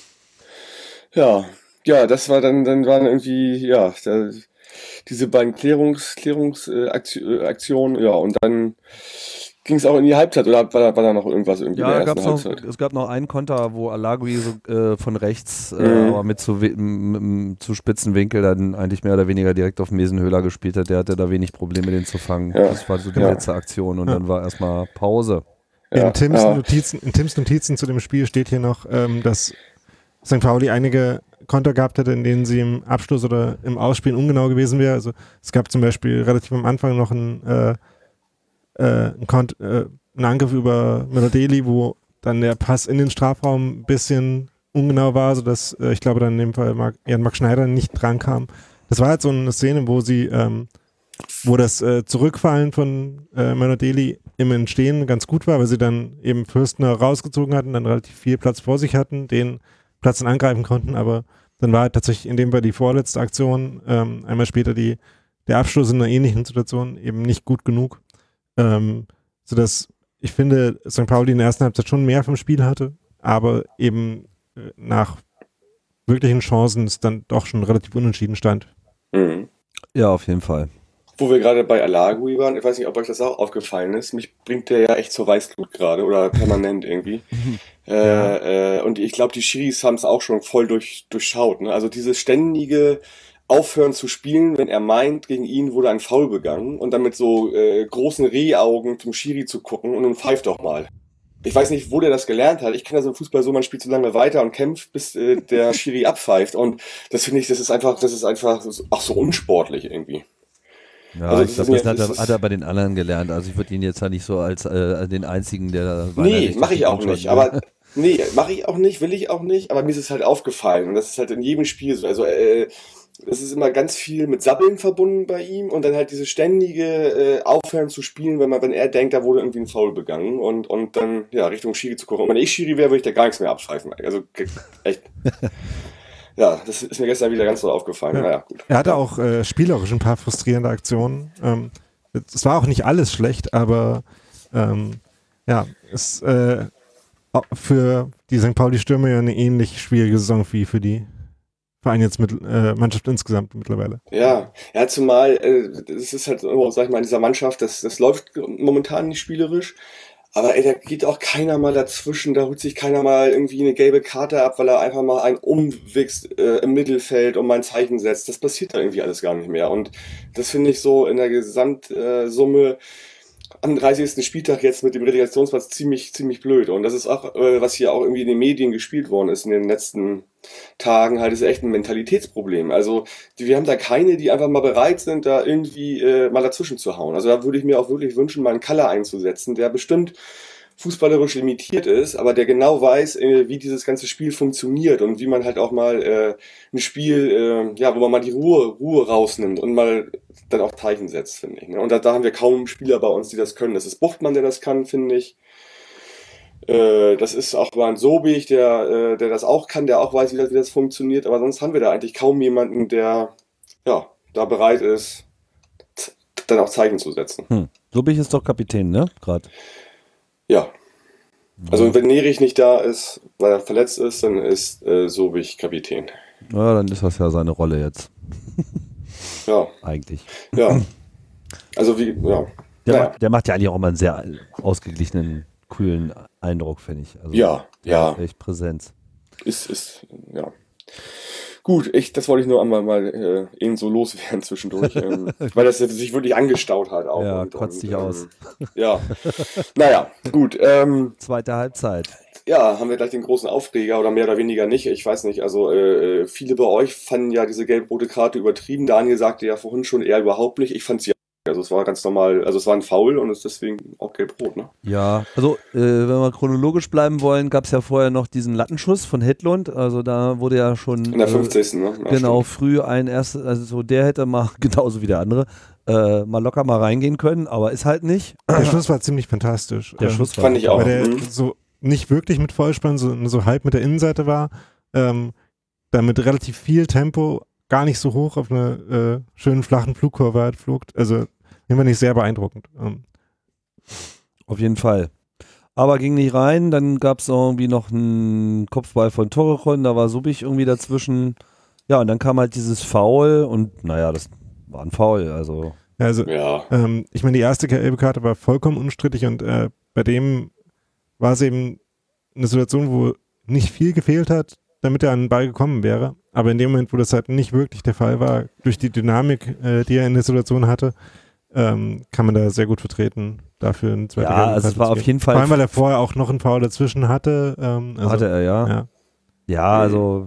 Ja, ja, das war dann, dann waren irgendwie, ja, da, diese beiden Klärungs, Klärungsaktionen, ja, und dann ging es auch in die Halbzeit, oder war da, war da noch irgendwas irgendwie Ja, in da der gab's ersten noch, Halbzeit? es gab noch einen Konter, wo Alagui so, äh, von rechts, äh, Mhm. aber mit zu, wi- m- m- zu spitzen Winkel dann eigentlich mehr oder weniger direkt auf Mesenhöhler gespielt hat. Der hatte da wenig Probleme, den zu fangen. Ja. Das war so die Ja. letzte Aktion und Ja. dann war erstmal Pause. Ja, In, Tims ja. Notizen, in Tims Notizen zu dem Spiel steht hier noch, ähm, dass Sankt Pauli einige Konter gehabt hätte, in denen sie im Abschluss oder im Ausspielen ungenau gewesen wäre. Also es gab zum Beispiel relativ am Anfang noch einen, äh, äh, einen, Kont äh, einen Angriff über Melodeli, wo dann der Pass in den Strafraum ein bisschen ungenau war, sodass äh, ich glaube dann in dem Fall Marc, Jan Marc Schneider nicht dran kam. Das war halt so eine Szene, wo sie, ähm, wo das äh, Zurückfallen von äh, Melodeli im Entstehen ganz gut war, weil sie dann eben Fürstner rausgezogen hatten, dann relativ viel Platz vor sich hatten, den Platz dann angreifen konnten, aber dann war halt tatsächlich in dem Fall die vorletzte Aktion, ähm, einmal später die, der Abschluss in einer ähnlichen Situation eben nicht gut genug, ähm, sodass ich finde, Sankt Pauli in der ersten Halbzeit schon mehr vom Spiel hatte, aber eben äh, nach wirklichen Chancen es dann doch schon relativ unentschieden stand. Mhm. Ja, auf jeden Fall. Wo wir gerade bei Alagui waren, ich weiß nicht, ob euch das auch aufgefallen ist, mich bringt der ja echt zur Weißglut gerade oder permanent irgendwie. äh, äh, und ich glaube, die Schiris haben es auch schon voll durch, durchschaut. Ne? Also dieses ständige Aufhören zu spielen, wenn er meint, gegen ihn wurde ein Foul begangen, und dann mit so äh, großen Rehaugen zum Schiri zu gucken und nun pfeift doch mal. Ich weiß nicht, wo der das gelernt hat. Ich kenne das im Fußball so, man spielt so lange weiter und kämpft, bis äh, der Schiri abpfeift. Und das finde ich, das ist einfach, das ist einfach auch so unsportlich irgendwie. Ja, Also ich das glaube, ist das mir- hat, das er, ist- hat er bei den anderen gelernt. Also ich würde ihn jetzt ja nicht so als äh, den einzigen, der da Nee, weinerlich mache durch ich die auch Mannschaft nicht. will. Aber nee, mache ich auch nicht, will ich auch nicht. Aber mir ist es halt aufgefallen, und das ist halt in jedem Spiel so. Also äh, es ist immer ganz viel mit Sabbeln verbunden bei ihm, und dann halt dieses ständige äh, Aufhören zu spielen, wenn man, wenn er denkt, da wurde irgendwie ein Foul begangen, und und dann ja Richtung Schiri zu gucken. Und wenn ich Schiri wäre, würde ich da gar nichts mehr abpfeifen. Also ge- echt. Ja, das ist mir gestern wieder ganz so aufgefallen. Ja. Naja, gut. Er hatte auch äh, spielerisch ein paar frustrierende Aktionen. Ähm, es war auch nicht alles schlecht, aber ähm, Ja, ist äh, auch für die Sankt Pauli-Stürmer ja eine ähnlich schwierige Saison wie für die Verein jetzt mit äh, Mannschaft insgesamt mittlerweile. Ja, ja, zumal, äh, das ist halt, so, sag ich mal, in dieser Mannschaft, das, das läuft momentan nicht spielerisch, aber ey, da geht auch keiner mal dazwischen, da holt sich keiner mal irgendwie eine gelbe Karte ab, weil er einfach mal einen umwichst äh, im Mittelfeld und mal ein Zeichen setzt. Das passiert da irgendwie alles gar nicht mehr. Und das finde ich so in der Gesamtsumme am dreißigsten Spieltag jetzt mit dem Relegationsplatz ziemlich, ziemlich blöd. Und das ist auch, äh, was hier auch irgendwie in den Medien gespielt worden ist in den letzten Tagen, halt ist echt ein Mentalitätsproblem. Also die, wir haben da keine, die einfach mal bereit sind, da irgendwie äh, mal dazwischen zu hauen. Also da würde ich mir auch wirklich wünschen, mal einen Kaller einzusetzen, der bestimmt fußballerisch limitiert ist, aber der genau weiß, äh, wie dieses ganze Spiel funktioniert und wie man halt auch mal äh, ein Spiel, äh, ja, wo man mal die Ruhe, Ruhe rausnimmt und mal dann auch Zeichen setzt, finde ich. Ne? Und da, da haben wir kaum Spieler bei uns, die das können. Das ist Buchtmann, der das kann, finde ich. Äh, das ist auch mal ein Sobich, der, äh, der das auch kann, der auch weiß, wie das, wie das funktioniert. Aber sonst haben wir da eigentlich kaum jemanden, der ja, da bereit ist, z- dann auch Zeichen zu setzen. Hm. Sobich ist doch Kapitän, ne? Gerade. Ja. Also wenn Nerich nicht da ist, weil er verletzt ist, dann ist äh, Sobich Kapitän. Ja, dann ist das ja seine Rolle jetzt. Ja, Eigentlich. ja. Also wie, ja. Der, Naja. macht, der macht ja eigentlich auch immer einen sehr ausgeglichenen, coolen Eindruck, finde ich. Also, Ja, ja. echt Präsenz. Ist, ist, ja. Gut, ich, das wollte ich nur einmal mal äh, eben so loswerden zwischendurch, ähm, weil das jetzt sich wirklich angestaut hat auch. Ja, und, kotzt und, dich ähm, aus. Ja, naja, gut. Ähm, Zweite Halbzeit. ja, haben wir gleich den großen Aufreger oder mehr oder weniger nicht. Ich weiß nicht, also äh, viele bei euch fanden ja diese gelb-rote Karte übertrieben. Daniel sagte ja vorhin schon eher überhaupt nicht. Ich fand sie, also es war ganz normal, also es war ein Foul und es ist deswegen auch gelb-rot, ne? Ja, also äh, wenn wir chronologisch bleiben wollen, gab es ja vorher noch diesen Lattenschuss von Hedlund. Also da wurde ja schon In der äh, fünfzigsten Ne? Ja, genau stimmt. früh ein erstes, also so der hätte mal, genauso wie der andere, äh, mal locker mal reingehen können, aber ist halt nicht. Der Schuss war ziemlich fantastisch. Der Ähm, Schuss war Fand ich auch. weil der Mhm. so nicht wirklich mit Vollspann, so, so halb mit der Innenseite war, ähm, da mit relativ viel Tempo gar nicht so hoch auf einer äh, schönen flachen Flugkurve halt flog. Also immer nicht sehr beeindruckend. Ähm, Auf jeden Fall. Aber ging nicht rein, dann gab es irgendwie noch einen Kopfball von Torrejon, da war Subich irgendwie dazwischen. Ja, und dann kam halt dieses Foul und naja, das war ein Foul, also also Ja, ähm, ich meine, die erste gelbe Karte war vollkommen unstrittig und äh, bei dem war es eben eine Situation, wo nicht viel gefehlt hat, damit er an den Ball gekommen wäre. Aber in dem Moment, wo das halt nicht wirklich der Fall war, durch die Dynamik, äh, die er in der Situation hatte, ähm, kann man da sehr gut vertreten, dafür eine zweite ja, gelbe also Karte es war zu auf geben. jeden Fall, Vor allem, weil er vorher auch noch einen Foul dazwischen hatte. Ähm, also, hatte er, ja. ja. Ja, also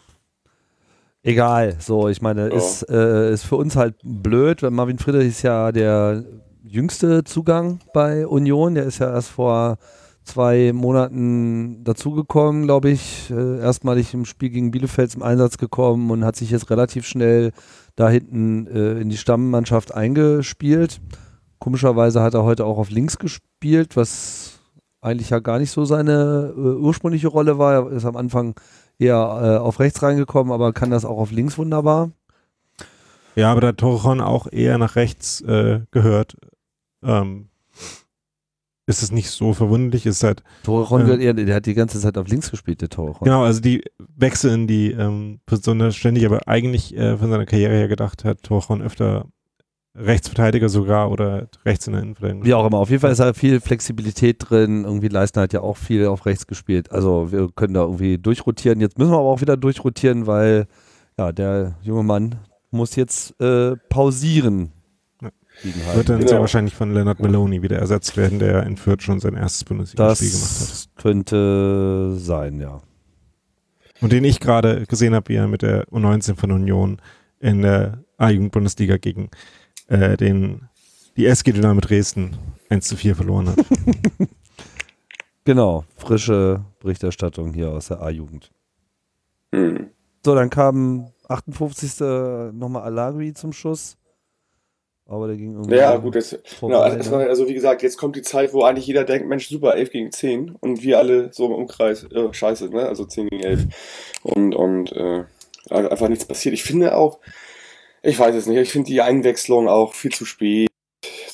egal, so, ich meine, Ja. ist, äh, ist für uns halt blöd, weil Marvin Friedrich ist ja der jüngste Zugang bei Union, der ist ja erst vor zwei Monaten dazugekommen, glaube ich, äh, erstmalig im Spiel gegen Bielefeld zum Einsatz gekommen und hat sich jetzt relativ schnell da hinten äh, in die Stammmannschaft eingespielt. Komischerweise hat er heute auch auf links gespielt, was eigentlich ja gar nicht so seine äh, ursprüngliche Rolle war. Er ist am Anfang eher äh, auf rechts reingekommen, aber kann das auch auf links wunderbar. ja, aber da Torrejon auch eher nach rechts äh, gehört, ähm, ist es nicht so verwunderlich. Ist halt, Torrejon Ja. gehört eher, der hat die ganze Zeit auf links gespielt, der Torrejon. genau, also die wechseln die ähm, Position da ständig, aber eigentlich äh, von seiner Karriere her gedacht hat Torrejon öfter Rechtsverteidiger sogar oder rechts in der Innenverteidigung. Wie auch immer, auf jeden Fall ist da viel Flexibilität drin. Irgendwie Leistner hat ja auch viel auf rechts gespielt. Also wir können da irgendwie durchrotieren. Jetzt müssen wir aber auch wieder durchrotieren, weil ja, der junge Mann muss jetzt äh, pausieren. Ja. Gegen Wird Heidenheim. dann Genau. sehr wahrscheinlich von Leonard Maloney wieder ersetzt werden, der in Fürth schon sein erstes Bundesliga-Spiel gemacht hat. Das könnte sein, ja. Und den ich gerade gesehen habe, wie er mit der U neunzehn von Union in der A-Jugend-Bundesliga gegen äh, den, die S G Dynamo Dresden eins zu vier verloren hat. Genau, frische Berichterstattung hier aus der A-Jugend. hm. So, dann kam achtundfünfzigste nochmal Alagui zum Schuss. Aber der ging irgendwie Ja, gut, jetzt, vorbei, genau, es war, ne? also wie gesagt, jetzt kommt die Zeit, wo eigentlich jeder denkt, Mensch, super, elf gegen zehn und wir alle so im Umkreis, äh, scheiße, ne, also zehn gegen elf und, und äh, einfach nichts passiert. Ich finde auch, ich weiß es nicht, ich finde die Einwechslung auch viel zu spät.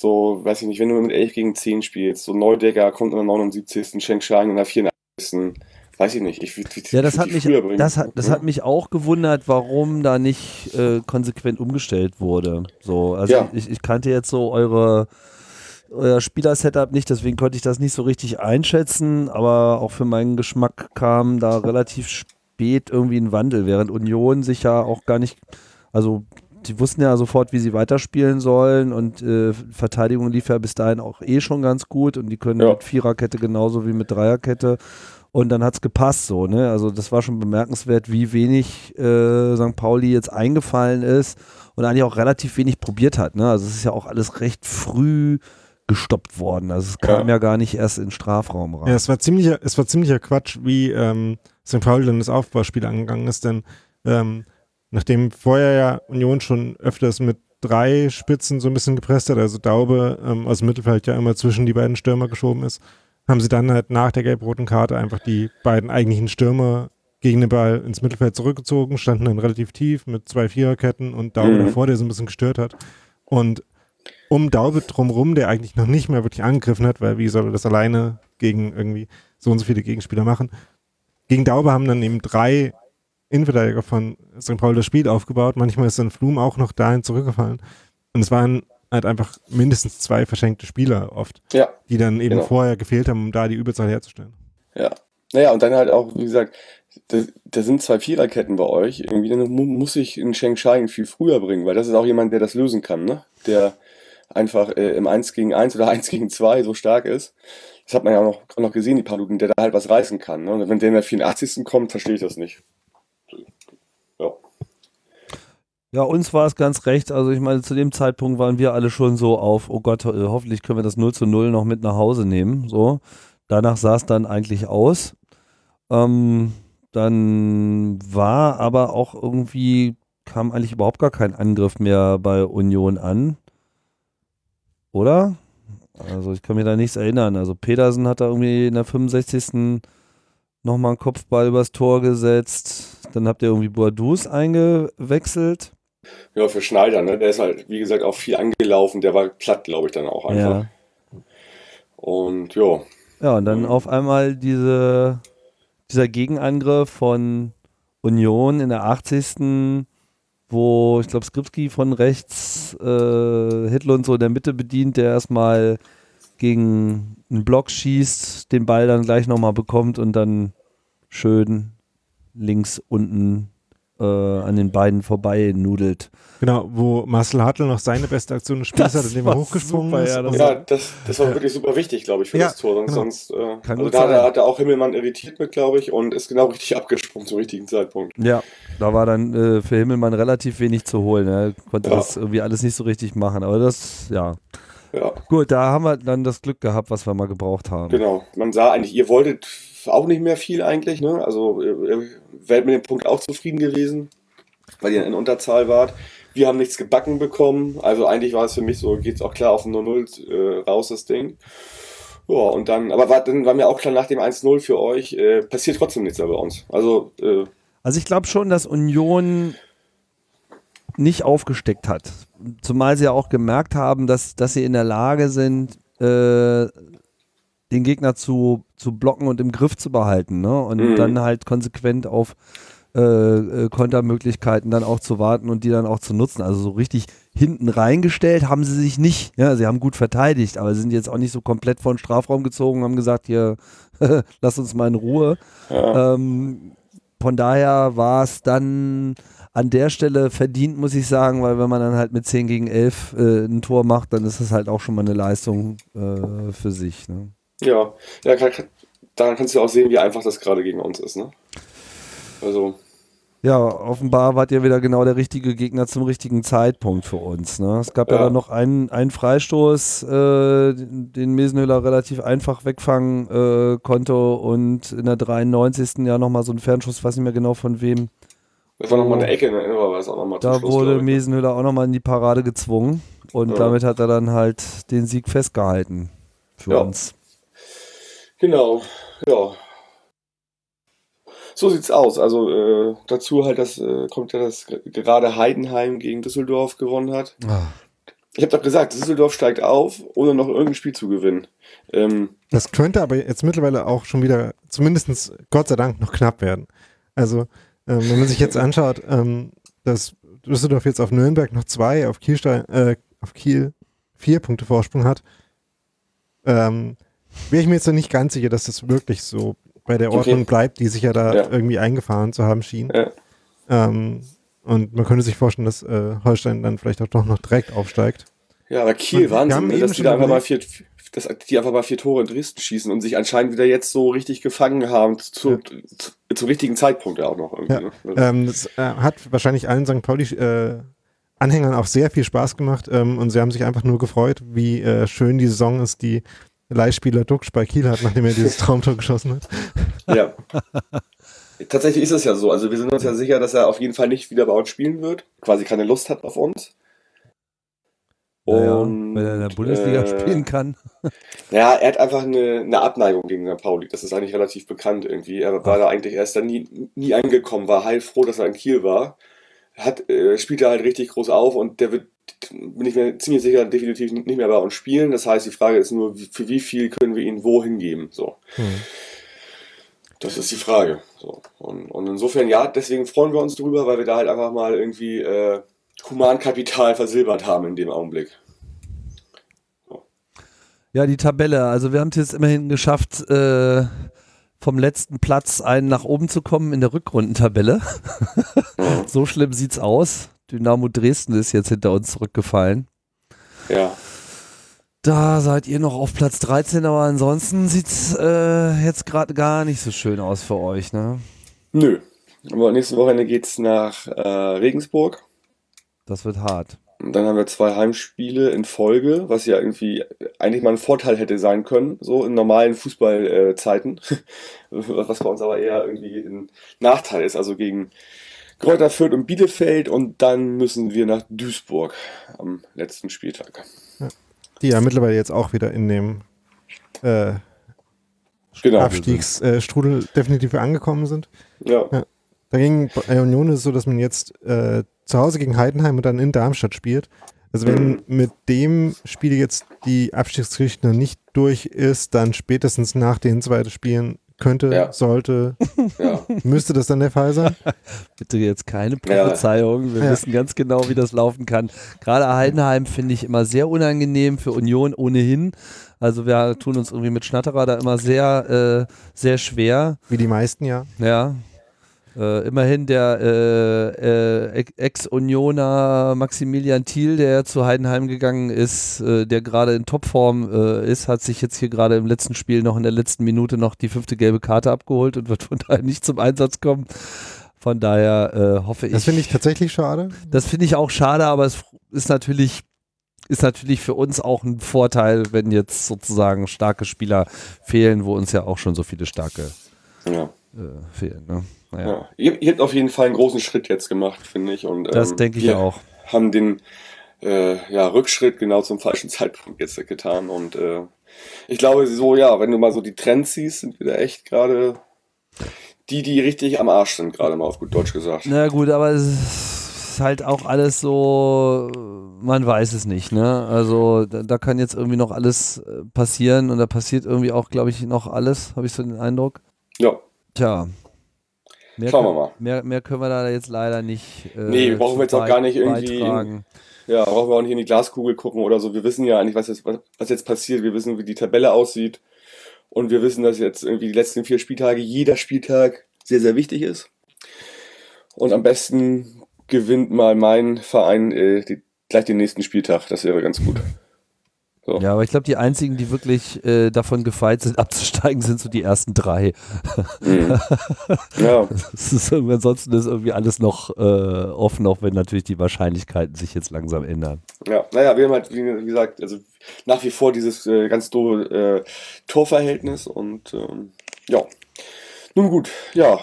so, weiß ich nicht, wenn du mit elf gegen zehn spielst, so Neudecker kommt in der neunundsiebzigsten Sheng Shang in der vierundachtzigsten Weiß ich nicht. Ich, ich, ich, Ja, das ich hat die mich, früher bringen. das hat, das hat mich auch gewundert, warum da nicht äh, konsequent umgestellt wurde. So, also Ja. ich, ich kannte jetzt so eure euer Spieler-Setup nicht, deswegen konnte ich das nicht so richtig einschätzen, aber auch für meinen Geschmack kam da relativ spät irgendwie ein Wandel, während Union sich ja auch gar nicht, also die wussten ja sofort, wie sie weiterspielen sollen und äh, Verteidigung lief ja bis dahin auch eh schon ganz gut und die können Ja. mit Viererkette genauso wie mit Dreierkette. Und dann hat's gepasst so, ne? Also das war schon bemerkenswert, wie wenig äh, Sankt Pauli jetzt eingefallen ist und eigentlich auch relativ wenig probiert hat, ne? Also es ist ja auch alles recht früh gestoppt worden. Also es kam ja, ja gar nicht erst in den Strafraum rein. Ja, es war ziemlicher, es war ziemlicher Quatsch, wie ähm, Sankt Pauli dann das Aufbauspiel angegangen ist, denn ähm, nachdem vorher ja Union schon öfters mit drei Spitzen so ein bisschen gepresst hat, also Daube ähm, aus dem Mittelfeld ja immer zwischen die beiden Stürmer geschoben ist, haben sie dann halt nach der gelb-roten Karte einfach die beiden eigentlichen Stürmer gegen den Ball ins Mittelfeld zurückgezogen, standen dann relativ tief mit zwei Viererketten und Daube Mhm. davor, der so ein bisschen gestört hat. Und um Daube drumrum, der eigentlich noch nicht mehr wirklich angegriffen hat, weil wie soll er das alleine gegen irgendwie so und so viele Gegenspieler machen? Gegen Daube haben dann eben drei Innenverteidiger von Sankt Pauli das Spiel aufgebaut. Manchmal ist dann Flum auch noch dahin zurückgefallen. Und es waren halt einfach mindestens zwei verschenkte Spieler oft, Ja, die dann eben Genau. vorher gefehlt haben, um da die Überzahl herzustellen. ja. Naja, und dann halt auch, wie gesagt, da, da sind zwei Viererketten bei euch. Irgendwie dann mu muss ich in Sheng Shang viel früher bringen, weil das ist auch jemand, der das lösen kann, ne? Der einfach äh, im eins gegen eins oder eins gegen zwei so stark ist. Das hat man ja auch noch, auch noch gesehen, die paar Minuten, der da halt was reißen kann. Ne? Und wenn der in der vierundachtzigsten kommt, verstehe ich das nicht. Ja. Ja, uns war es ganz recht. Also ich meine, zu dem Zeitpunkt waren wir alle schon so auf, oh Gott, ho- hoffentlich können wir das null zu null noch mit nach Hause nehmen. So. Danach sah es dann eigentlich aus. Ähm, dann war aber auch irgendwie, kam eigentlich überhaupt gar kein Angriff mehr bei Union an. Oder? Also ich kann mich da nichts erinnern. Also Pedersen hat da irgendwie in der fünfundsechzigsten nochmal einen Kopfball übers Tor gesetzt. Dann habt ihr irgendwie Boadus eingewechselt. Ja, für Schneider, ne? Der ist halt, wie gesagt, auch viel angelaufen. Der war platt, glaube ich, dann auch einfach. Ja. Und ja, Ja, und dann Mhm. auf einmal diese, dieser Gegenangriff von Union in der achtzigsten wo ich glaube Skripski von rechts äh, Hitlund so in der Mitte bedient, der erstmal gegen einen Block schießt, den Ball dann gleich nochmal bekommt und dann schön links unten äh, an den Beinen vorbei nudelt. Genau, wo Marcel Hartl noch seine beste Aktion des Spiels Das hatte, indem er war hochgesprungen super, ist. ja, das und- ja das, das war wirklich super wichtig, glaube ich, für Ja, das Tor. Sonst, genau. sonst äh, Kann also gut da hat er, sein. hat er auch Himmelmann irritiert mit, glaube ich, und ist genau richtig abgesprungen zum richtigen Zeitpunkt. Ja, da war dann äh, für Himmelmann relativ wenig zu holen. Er konnte Ja. das irgendwie alles nicht so richtig machen. Aber das, ja. Ja, Gut, da haben wir dann das Glück gehabt, was wir mal gebraucht haben. genau. Man sah eigentlich, ihr wolltet auch nicht mehr viel eigentlich, ne? Also ihr, ihr wärt mit dem Punkt auch zufrieden gewesen, weil ihr in Unterzahl wart. Wir haben nichts gebacken bekommen. Also eigentlich war es für mich so, geht's auch klar auf ein null null äh, raus, das Ding. Ja, und dann, aber war, dann war mir auch klar, nach dem eins null für euch, äh, passiert trotzdem nichts da bei uns. Also, äh, Also ich glaube schon, dass Union nicht aufgesteckt hat. Zumal sie ja auch gemerkt haben, dass, dass sie in der Lage sind, äh, den Gegner zu, zu blocken und im Griff zu behalten. Ne? Und Mhm. dann halt konsequent auf äh, äh, Kontermöglichkeiten dann auch zu warten und die dann auch zu nutzen. Also so richtig hinten reingestellt haben sie sich nicht. Ja, sie haben gut verteidigt, aber sie sind jetzt auch nicht so komplett vor den Strafraum gezogen und haben gesagt, hier, lass uns mal in Ruhe. ja. Ähm, von daher war es dann an der Stelle verdient, muss ich sagen, weil wenn man dann halt mit zehn gegen elf äh, ein Tor macht, dann ist das halt auch schon mal eine Leistung äh, für sich. Ne? Ja, ja, kann, kann, daran kannst du auch sehen, wie einfach das gerade gegen uns ist, ne? Also, Ja, offenbar wart ihr wieder genau der richtige Gegner zum richtigen Zeitpunkt für uns. Ne? Es gab ja, Ja. dann noch einen, einen Freistoß, äh, den Mesenhöhler relativ einfach wegfangen äh, konnte und in der dreiundneunzigsten ja nochmal so ein Fernschuss, weiß nicht mehr genau von wem. das war nochmal eine Ecke, ne? Aber war es auch nochmal zum Da Schluss, wurde glaub ich, ne? Mesenhöhler auch nochmal in die Parade gezwungen und Ja. damit hat er dann halt den Sieg festgehalten für Ja. uns. Genau, ja. So sieht's aus. Also äh, dazu halt, das äh, kommt ja, dass g- gerade Heidenheim gegen Düsseldorf gewonnen hat. Ah, Ich habe doch gesagt, Düsseldorf steigt auf, ohne noch irgendein Spiel zu gewinnen. Ähm, Das könnte aber jetzt mittlerweile auch schon wieder, zumindest Gott sei Dank, noch knapp werden. Also, ähm, wenn man sich jetzt anschaut, ähm, dass Düsseldorf jetzt auf Nürnberg noch zwei, auf Kiel, äh, auf Kiel vier Punkte Vorsprung hat, ähm, wäre ich mir jetzt noch nicht ganz sicher, dass das wirklich so bei der Ordnung Okay. bleibt, die sich ja da Ja. irgendwie eingefahren zu haben schien. Ja. Ähm, und man könnte sich vorstellen, dass äh, Holstein dann vielleicht auch doch noch direkt aufsteigt. Ja, aber Kiel, Und wir Wahnsinn, haben ne, eben dass die schon da einfach mal überlegt- vier, dass die einfach mal vier Tore in Dresden schießen und sich anscheinend wieder jetzt so richtig gefangen haben, zu, Ja. zu, zum richtigen Zeitpunkt ja auch noch irgendwie. Ja. Ne? Ähm, das äh, hat wahrscheinlich allen Sankt Pauli-Anhängern auch sehr viel Spaß gemacht ähm, und sie haben sich einfach nur gefreut, wie äh, schön die Saison ist, die Leihspieler Duxch bei Kiel hat, nachdem er dieses Traumtor geschossen hat. Ja. Tatsächlich ist es ja so. Also wir sind uns ja sicher, dass er auf jeden Fall nicht wieder bei uns spielen wird. Quasi keine Lust hat auf uns. Naja, Und, wenn er in der Bundesliga äh, spielen kann. Ja, er hat einfach eine, eine Abneigung gegen Sankt Pauli. Das ist eigentlich relativ bekannt irgendwie. Er war da eigentlich erst dann nie, nie angekommen, war heilfroh, dass er in Kiel war. Hat, äh, spielt er halt richtig groß auf und der wird, bin ich mir ziemlich sicher, definitiv nicht mehr bei uns spielen. Das heißt, die Frage ist nur, wie- für wie viel können wir ihn wohin geben? So. Hm. Das ist die Frage. So. Und, und insofern, ja, deswegen freuen wir uns drüber, weil wir da halt einfach mal irgendwie äh, Humankapital versilbert haben in dem Augenblick. Ja, die Tabelle. Also wir haben es jetzt immerhin geschafft, äh, vom letzten Platz einen nach oben zu kommen in der Rückrundentabelle. So schlimm sieht's aus. Dynamo Dresden ist jetzt hinter uns zurückgefallen. Ja. Da seid ihr noch auf Platz dreizehn, aber ansonsten sieht's äh, jetzt gerade gar nicht so schön aus für euch, ne? Nö. Aber nächste Wochenende geht's nach äh, Regensburg. Das wird hart. Und dann haben wir zwei Heimspiele in Folge, was ja irgendwie eigentlich mal ein Vorteil hätte sein können, so in normalen Fußballzeiten. Was bei uns aber eher irgendwie ein Nachteil ist. Also gegen Greuther Fürth und Bielefeld und dann müssen wir nach Duisburg am letzten Spieltag. Die ja mittlerweile jetzt auch wieder in dem äh, Genau. Abstiegsstrudel definitiv angekommen sind. Ja. Dagegen bei Union ist es so, dass man jetzt äh, zu Hause gegen Heidenheim und dann in Darmstadt spielt. Also wenn Mhm. mit dem Spiel jetzt die Abstiegsgeschichte noch nicht durch ist, dann spätestens nach den zweiten Spielen könnte, Ja. sollte, Ja. müsste das dann der Fall sein. Bitte jetzt keine Ja. Prophezeiung. Wir Ja. wissen ganz genau, wie das laufen kann. Gerade Heidenheim finde ich immer sehr unangenehm für Union ohnehin. Also wir tun uns irgendwie mit Schnatterer da immer sehr, äh, sehr schwer. Wie die meisten ja. Ja. Äh, immerhin der äh, äh, Ex-Unioner Maximilian Thiel, der zu Heidenheim gegangen ist, äh, der gerade in Topform äh, ist, hat sich jetzt hier gerade im letzten Spiel noch in der letzten Minute noch die fünfte gelbe Karte abgeholt und wird von daher nicht zum Einsatz kommen. Von daher äh, hoffe ich. Das finde ich tatsächlich schade. Das finde ich auch schade, aber es ist natürlich, ist natürlich für uns auch ein Vorteil, wenn jetzt sozusagen starke Spieler fehlen, wo uns ja auch schon so viele starke Ja. äh, fehlen. Ne? Naja, Ja. Ihr, ihr habt auf jeden Fall einen großen Schritt jetzt gemacht, finde ich. Und, das ähm, denke ich wir auch. haben den äh, ja, Rückschritt genau zum falschen Zeitpunkt jetzt getan. Und äh, ich glaube so, ja, wenn du mal so die Trends siehst, sind wir da echt gerade die, die richtig am Arsch sind, gerade mal auf gut Deutsch gesagt. Na gut, aber es ist halt auch alles so, man weiß es nicht, ne? Also da, da kann jetzt irgendwie noch alles äh, passieren und da passiert irgendwie auch, glaube ich, noch alles, habe ich so den Eindruck. Ja, Tja. Mehr Schauen wir können, mal. Mehr, mehr können wir da jetzt leider nicht äh, Nee, brauchen zu wir jetzt auch gar nicht irgendwie beitragen. ja, brauchen wir auch nicht in die Glaskugel gucken oder so. Wir wissen ja eigentlich, was jetzt, was jetzt passiert. Wir wissen, wie die Tabelle aussieht. Und wir wissen, dass jetzt irgendwie die letzten vier Spieltage, jeder Spieltag sehr, sehr wichtig ist. Und am besten gewinnt mal mein Verein äh, die, gleich den nächsten Spieltag. Das wäre ganz gut. So. Ja, aber ich glaube, die einzigen, die wirklich äh, davon gefeit sind, abzusteigen, sind so die ersten drei. Mhm. Ja, Das ist irgendwie, ansonsten ist irgendwie alles noch äh, offen, auch wenn natürlich die Wahrscheinlichkeiten sich jetzt langsam ändern. ja. Naja, wir haben halt, wie gesagt, also nach wie vor dieses äh, ganz doofe äh, Torverhältnis. Und ähm, ja, nun gut, ja.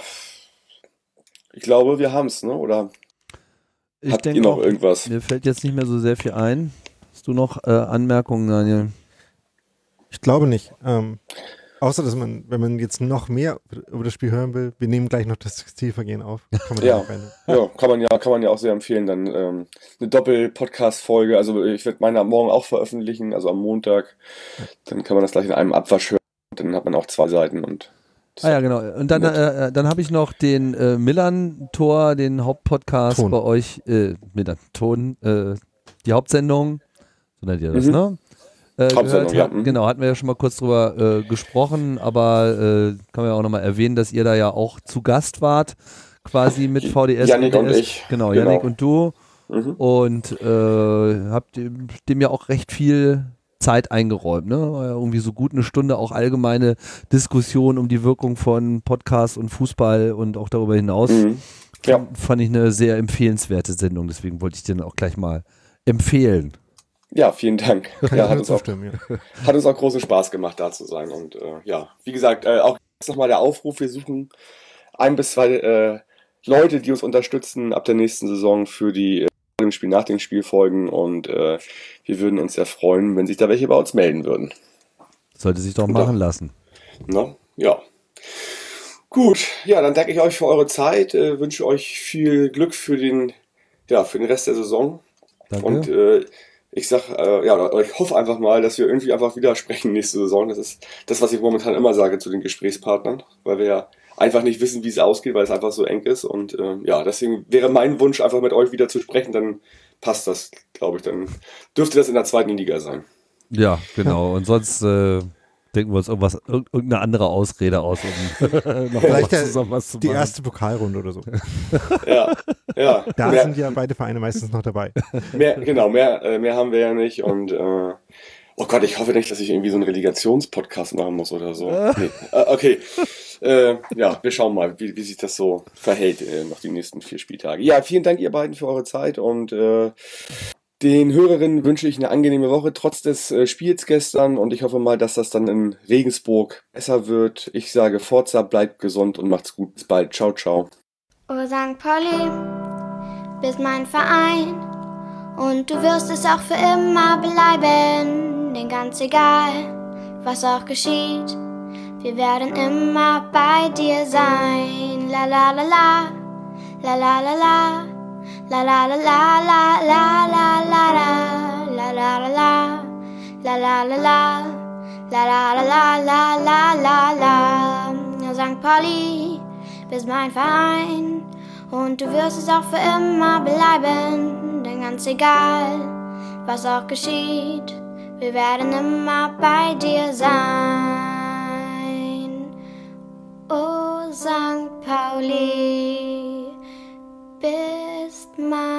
Ich glaube, wir haben es, ne? Oder Ich habt ihr denke noch auch, irgendwas? mir fällt jetzt nicht mehr so sehr viel ein. Hast du noch äh, Anmerkungen, Daniel? Ich glaube nicht. Ähm, Außer, dass man, wenn man jetzt noch mehr über das Spiel hören will, wir nehmen gleich noch das Textilvergehen auf. Kann man Ja. da rein. Ja, kann man ja, kann man ja auch sehr empfehlen. Dann ähm, eine Doppel-Podcast-Folge. Also ich werde meine am Morgen auch veröffentlichen, also am Montag. Dann kann man das gleich in einem Abwasch hören. Dann hat man auch zwei Seiten und Ah ja, genau. Und dann, nett. äh, dann habe ich noch den äh, Millern-Tor, den Hauptpodcast Ton. bei euch, äh, Millern, Ton, äh, die Hauptsendung, so nennt ihr das, Mhm. ne? Äh, Hauptsendung, gehört. ja. Mhm. Genau, hatten wir ja schon mal kurz drüber äh, gesprochen, aber äh, kann man ja auch nochmal erwähnen, dass ihr da ja auch zu Gast wart, quasi mit V D S. Yannick und D S. ich. Genau, Genau. Yannick und du. Mhm. Und äh, habt dem dem ja auch recht viel Zeit eingeräumt, ne? War ja irgendwie so gut eine Stunde auch allgemeine Diskussion um die Wirkung von Podcast und Fußball und auch darüber hinaus. Mhm. Ja. Fand- Fand ich eine sehr empfehlenswerte Sendung, deswegen wollte ich den auch gleich mal empfehlen. Ja, vielen Dank. Kann Ja, ich hat nur uns, auch, zustimmen, ja. hat uns auch großen Spaß gemacht, da zu sein. Und äh, ja, wie gesagt, äh, auch jetzt nochmal der Aufruf, wir suchen ein bis zwei äh, Leute, die uns unterstützen ab der nächsten Saison für die äh, dem Spiel nach den Spielfolgen und äh, wir würden uns sehr freuen, wenn sich da welche bei uns melden würden. Sollte sich doch Und machen auch- lassen. Ne? Ja. Gut, ja, dann danke ich euch für eure Zeit, äh, wünsche euch viel Glück für den, ja, für den Rest der Saison. Danke. Und äh, ich sag, äh, ja, oder ich hoffe einfach mal, dass wir irgendwie einfach wieder sprechen nächste Saison. Das ist das, was ich momentan immer sage zu den Gesprächspartnern, weil wir ja einfach nicht wissen, wie es ausgeht, weil es einfach so eng ist. Und äh, ja, deswegen wäre mein Wunsch, einfach mit euch wieder zu sprechen, dann passt das, glaube ich. Dann dürfte das in der zweiten Liga sein. Ja, genau. Und sonst äh, denken wir uns irgendwas, irg- irgendeine andere Ausrede aus, um noch mal Vielleicht der, zusammen was zu die machen. erste Pokalrunde oder so. Ja, ja. Da mehr, sind ja beide Vereine meistens noch dabei. mehr, genau, mehr, äh, mehr haben wir ja nicht. Und äh, oh Gott, ich hoffe nicht, dass ich irgendwie so einen Relegationspodcast machen muss oder so. Nee. Äh, okay. Äh, ja, wir schauen mal, wie, wie sich das so verhält äh, noch die nächsten vier Spieltage. Ja, vielen Dank ihr beiden für eure Zeit und äh, den Hörerinnen wünsche ich eine angenehme Woche trotz des äh, Spiels gestern und ich hoffe mal, dass das dann in Regensburg besser wird. Ich sage Forza, bleibt gesund und macht's gut. Bis bald. Ciao, ciao. Oh Sankt Pauli, bist mein Verein und du wirst es auch für immer bleiben, denn ganz egal, was auch geschieht, wir werden immer bei dir sein. La la la la, la la la la, la la la la la la la la la la la la, la la la la, la la la la la la la la. Oh Sankt Pauli, bist mein Verein und du wirst es auch für immer bleiben, denn ganz egal, was auch geschieht, wir werden immer bei dir sein. Oh Sankt Pauli, bist mein